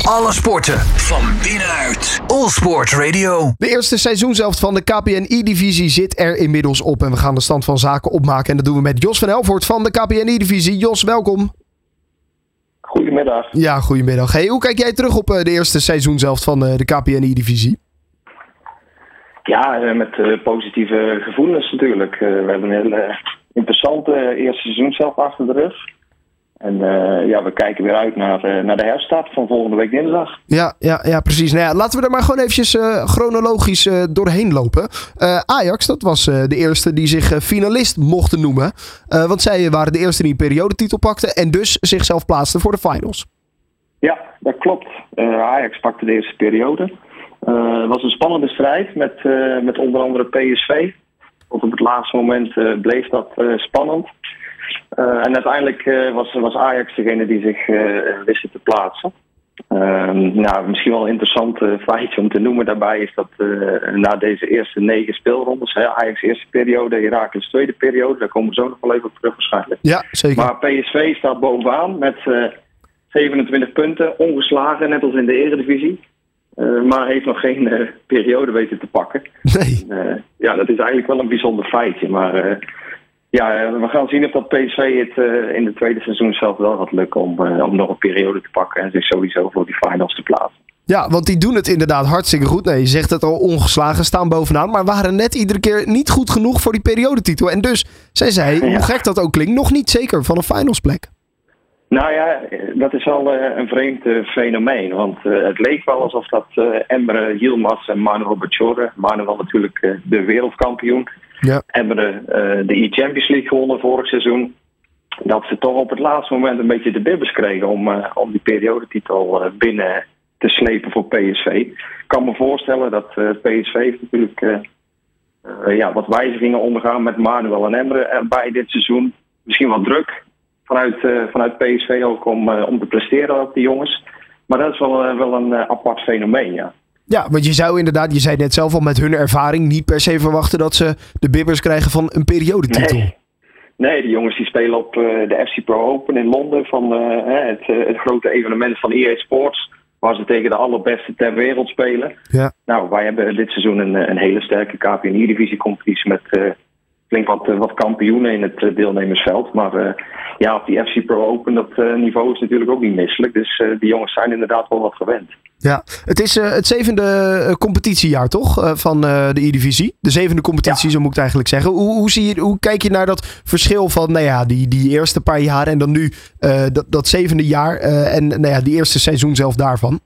Alle sporten van binnenuit. All Sport Radio. De eerste seizoenshelft van de KPNI-divisie zit er inmiddels op. En we gaan de stand van zaken opmaken. En dat doen we met Jos van Helvoort van de KPNI-divisie. Jos, welkom. Goedemiddag. Ja, goedemiddag. Hey, hoe kijk jij terug op de eerste seizoenshelft van de KPNI-divisie? Ja, met positieve gevoelens natuurlijk. We hebben een hele interessante eerste seizoenshelft achter de rug. En we kijken weer uit naar de herstart van volgende week dinsdag. Ja, precies. Nou ja, laten we er maar gewoon eventjes chronologisch doorheen lopen. Ajax, dat was de eerste die zich finalist mochten noemen. Want zij waren de eerste die een periodetitel pakten en dus zichzelf plaatsten voor de finals. Ja, dat klopt. Ajax pakte de eerste periode. Het was een spannende strijd met onder andere PSV. Want op het laatste moment bleef dat spannend. En uiteindelijk was Ajax degene die zich wist te plaatsen. Misschien wel een interessant feitje om te noemen daarbij is dat na deze eerste 9 speelrondes, Ajax eerste periode, Heracles tweede periode, daar komen we zo nog wel even op terug waarschijnlijk. Ja, zeker. Maar PSV staat bovenaan met 27 punten, ongeslagen, net als in de Eredivisie. Maar heeft nog geen periode weten te pakken. Nee. Dat is eigenlijk wel een bijzonder feitje, maar... we gaan zien of dat PSV het in de tweede seizoen zelf wel gaat lukken om nog een periode te pakken en zich sowieso voor die finals te plaatsen. Ja, want die doen het inderdaad hartstikke goed. Nee, je zegt het al, ongeslagen, staan bovenaan, maar waren net iedere keer niet goed genoeg voor die periodetitel. En dus zijn zij, hoe gek dat ook klinkt, nog niet zeker van een finalsplek. Nou ja, dat is wel een vreemd fenomeen, want het leek wel alsof dat Emre Yilmaz en Manuel Bachorre, Manuel natuurlijk de wereldkampioen, hebben de E-Champions League gewonnen vorig seizoen. Dat ze toch op het laatste moment een beetje de bibbers kregen om die periodetitel binnen te slepen voor PSV. Ik kan me voorstellen dat PSV heeft natuurlijk wat wijzigingen ondergaan met Manuel en Emre erbij dit seizoen. Misschien wat druk vanuit PSV ook om te presteren op die jongens. Maar dat is wel een apart fenomeen, ja. Ja, want je zou inderdaad, je zei net zelf al, met hun ervaring niet per se verwachten dat ze de bibbers krijgen van een periodetitel. Nee, die jongens die spelen op de FC Pro Open in Londen van het grote evenement van EA Sports, waar ze tegen de allerbeste ter wereld spelen. Ja. Nou, wij hebben dit seizoen een hele sterke KPNI-divisie-competitie met flink wat kampioenen in het deelnemersveld. Maar op die FC Pro Open, dat niveau is natuurlijk ook niet misselijk. Dus die jongens zijn inderdaad wel wat gewend. Ja, het is het 7e competitiejaar toch van de E-divisie? De 7e competitie, zo moet ik het eigenlijk zeggen. Hoe kijk je naar dat verschil van die eerste paar jaren en dan nu dat 7e jaar en die eerste seizoen zelf daarvan?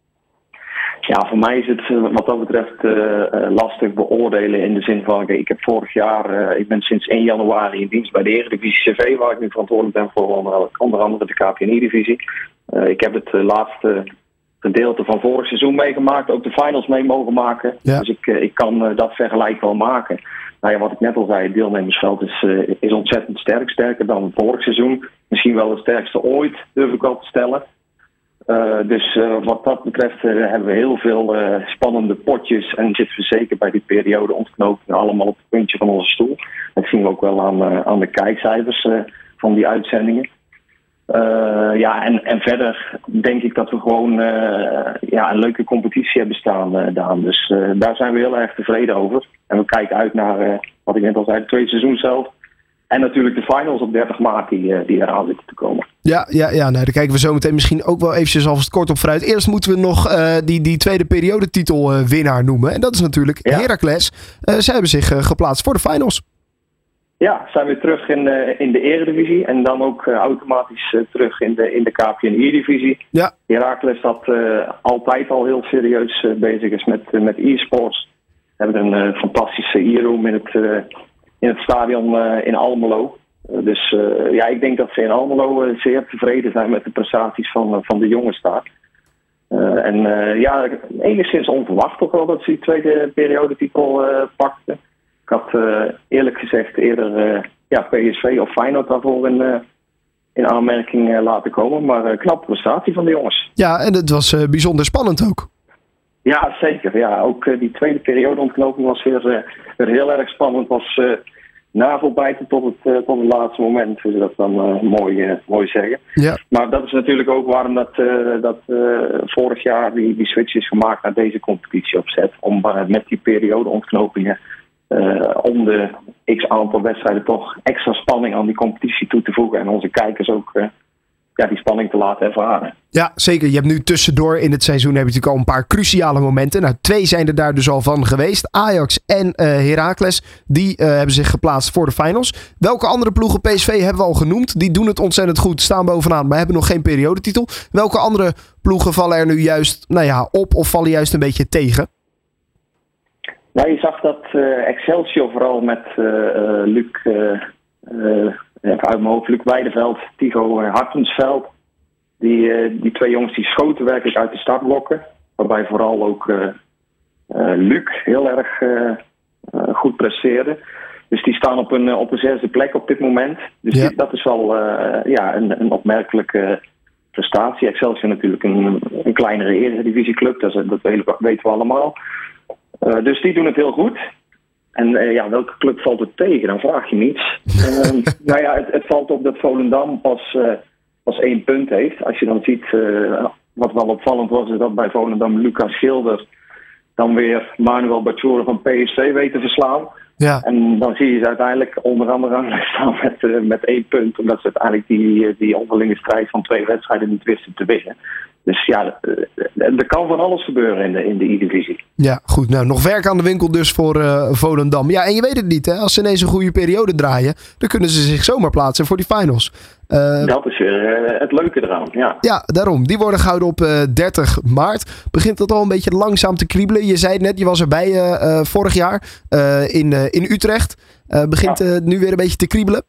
Ja, voor mij is het wat dat betreft lastig beoordelen in de zin van, ik heb vorig jaar, ik ben sinds 1 januari in dienst bij de Eredivisie CV, waar ik nu verantwoordelijk ben voor onder andere de KPNI-divisie. Ik heb het laatste gedeelte van vorig seizoen meegemaakt, ook de finals mee mogen maken. Ja. Dus ik kan dat vergelijk wel maken. Nou ja, wat ik net al zei, het deelnemersveld is ontzettend sterk, sterker dan vorig seizoen. Misschien wel het sterkste ooit, durf ik wel te stellen. Dus wat dat betreft hebben we heel veel spannende potjes en zitten we zeker bij die periode ontknopingen allemaal op het puntje van onze stoel. Dat zien we ook wel aan de kijkcijfers van die uitzendingen. En verder denk ik dat we gewoon een leuke competitie hebben staan, Daan. Dus daar zijn we heel erg tevreden over. En we kijken uit naar, wat ik net al zei, het tweede seizoen zelf. En natuurlijk de finals op 30 maart die eraan zitten te komen. Ja, daar kijken we zo meteen misschien ook wel eventjes alvast kort op vooruit. Eerst moeten we nog die tweede periodetitel winnaar noemen. En dat is natuurlijk Heracles. Zij hebben zich geplaatst voor de finals. Ja, zijn we terug in de Eredivisie en dan ook automatisch terug in de KPNI-divisie. Ja. Heracles dat altijd al heel serieus bezig is met e-sports. We hebben een fantastische e-room in het stadion in Almelo. Dus ik denk dat ze in Almelo zeer tevreden zijn met de prestaties van de jongens daar. Enigszins onverwacht toch wel dat ze die tweede periodetitel pakten. Ik had eerlijk gezegd eerder PSV of Feyenoord daarvoor in aanmerking laten komen. Maar knappe prestatie van de jongens. Ja, en het was bijzonder spannend ook. Ja, zeker. Ja, ook die tweede periodeontknoping was weer heel erg spannend. Was navelbijten tot het laatste moment. Dus dat dan mooi zeggen. Ja. Maar dat is natuurlijk ook waarom dat vorig jaar die switch is gemaakt naar deze competitie opzet. Om met die periodeontknopingen om de x aantal wedstrijden toch extra spanning aan die competitie toe te voegen. En onze kijkers ook die spanning te laten ervaren. Ja, zeker. Je hebt nu tussendoor in het seizoen heb je natuurlijk al een paar cruciale momenten. Nou, 2 zijn er daar dus al van geweest. Ajax en Heracles, die hebben zich geplaatst voor de finals. Welke andere ploegen? PSV hebben we al genoemd. Die doen het ontzettend goed, staan bovenaan, maar hebben nog geen periodetitel. Welke andere ploegen vallen er nu juist op of vallen juist een beetje tegen? Nou, je zag dat Excelsior vooral met Luc uit mijn hoofd, Luc Weideveld, Tigo Hartensveld. Die 2 jongens die schoten werkelijk uit de startblokken. Waarbij vooral ook Luc heel erg goed presteerde. Dus die staan op een 6e plek op dit moment. Dus dat is wel een opmerkelijke prestatie. Excelsior natuurlijk een kleinere eredivisieclub, dat weten we allemaal. Dus die doen het heel goed. En welke club valt het tegen? Dan vraag je niets. Het valt op dat Volendam pas 1 punt heeft. Als je dan ziet, wat wel opvallend was, is dat bij Volendam Lucas Schilder dan weer Manuel Bachore van PSV weet te verslaan. Ja. En dan zie je ze uiteindelijk onder andere staan met 1 punt. Omdat ze uiteindelijk die onderlinge strijd van 2 wedstrijden niet wisten te winnen. Dus er kan van alles gebeuren in de E-divisie. Ja, goed. Nou, nog werk aan de winkel dus voor Volendam. Ja, en je weet het niet, hè. Als ze ineens een goede periode draaien, dan kunnen ze zich zomaar plaatsen voor die finals. Dat is het leuke eraan, ja. Ja, daarom. Die worden gehouden op 30 maart. Begint dat al een beetje langzaam te kriebelen. Je zei het net, je was erbij vorig jaar in Utrecht. Begint het nu weer een beetje te kriebelen?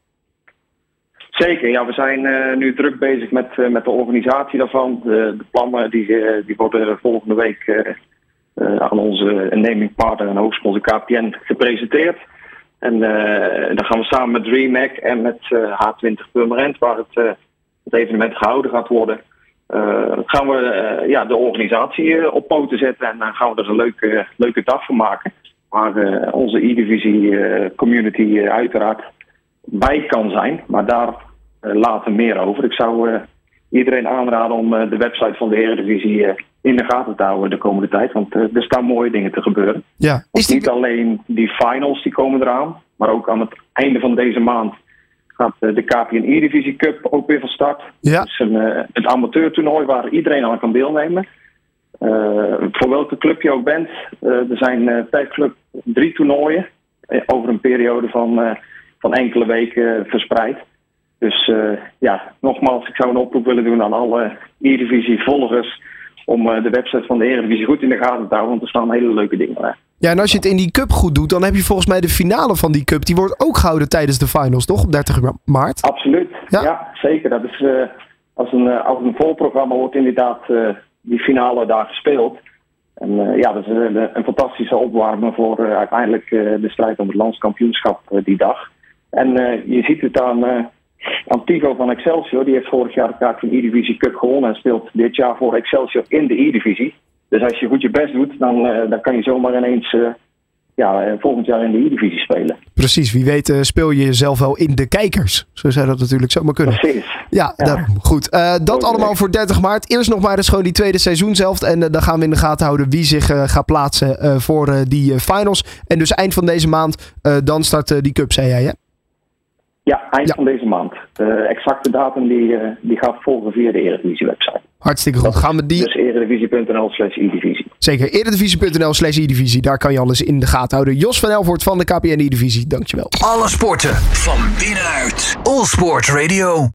Zeker, ja. We zijn nu druk bezig met de organisatie daarvan. De plannen die worden volgende week aan onze namingpartner en hoofdsponsor KPN gepresenteerd. En dan gaan we samen met DreamHack en met H20 Purmerend, waar het evenement gehouden gaat worden, gaan we de organisatie op poten zetten en dan gaan we er een leuke dag van maken. Waar onze E-divisie community uiteraard bij kan zijn, maar daar later meer over. Ik zou iedereen aanraden om de website van de Eredivisie in de gaten te houden de komende tijd, want er staan mooie dingen te gebeuren. Ja. Niet alleen die finals die komen eraan, maar ook aan het einde van deze maand gaat de KPN E-divisie Cup ook weer van start. Ja. Dat is een amateurtoernooi waar iedereen aan kan deelnemen. Voor welke club je ook bent, er zijn per club 3 toernooien over een periode van enkele weken verspreid. Dus nogmaals, ik zou een oproep willen doen aan alle E-divisie volgers om de website van de Eredivisie goed in de gaten te houden, want er staan hele leuke dingen bij. Ja, en als je het in die cup goed doet, dan heb je volgens mij de finale van die cup. Die wordt ook gehouden tijdens de finals, toch? Op 30 maart? Absoluut, ja zeker. Dat is, als een voorprogramma wordt inderdaad die finale daar gespeeld. En dat is een fantastische opwarmer voor uiteindelijk de strijd om het landskampioenschap die dag. En je ziet het aan Tigo van Excelsior. Die heeft vorig jaar de KPN E-divisie Cup gewonnen en speelt dit jaar voor Excelsior in de E-divisie. Dus als je goed je best doet, dan kan je zomaar ineens volgend jaar in de E-divisie spelen. Precies, wie weet speel je jezelf wel in de kijkers. Zo zou dat natuurlijk zomaar kunnen. Precies. Ja. Daarom. Goed. Dat allemaal voor 30 maart. Eerst nog maar eens gewoon die tweede seizoenshelft. En dan gaan we in de gaten houden wie zich gaat plaatsen voor die finals. En dus eind van deze maand, dan start die cup, zei jij, hè? Ja, eind van deze maand. De exacte datum die gaat volgen via de Eredivisie website. Hartstikke goed. Gaan we die... Dus eredivisie.nl/e-divisie. Zeker, eredivisie.nl/e-divisie. Daar kan je alles in de gaten houden. Jos van Elvoort van de KPN E-divisie, dankjewel. Alle sporten van binnenuit. All Sport Radio.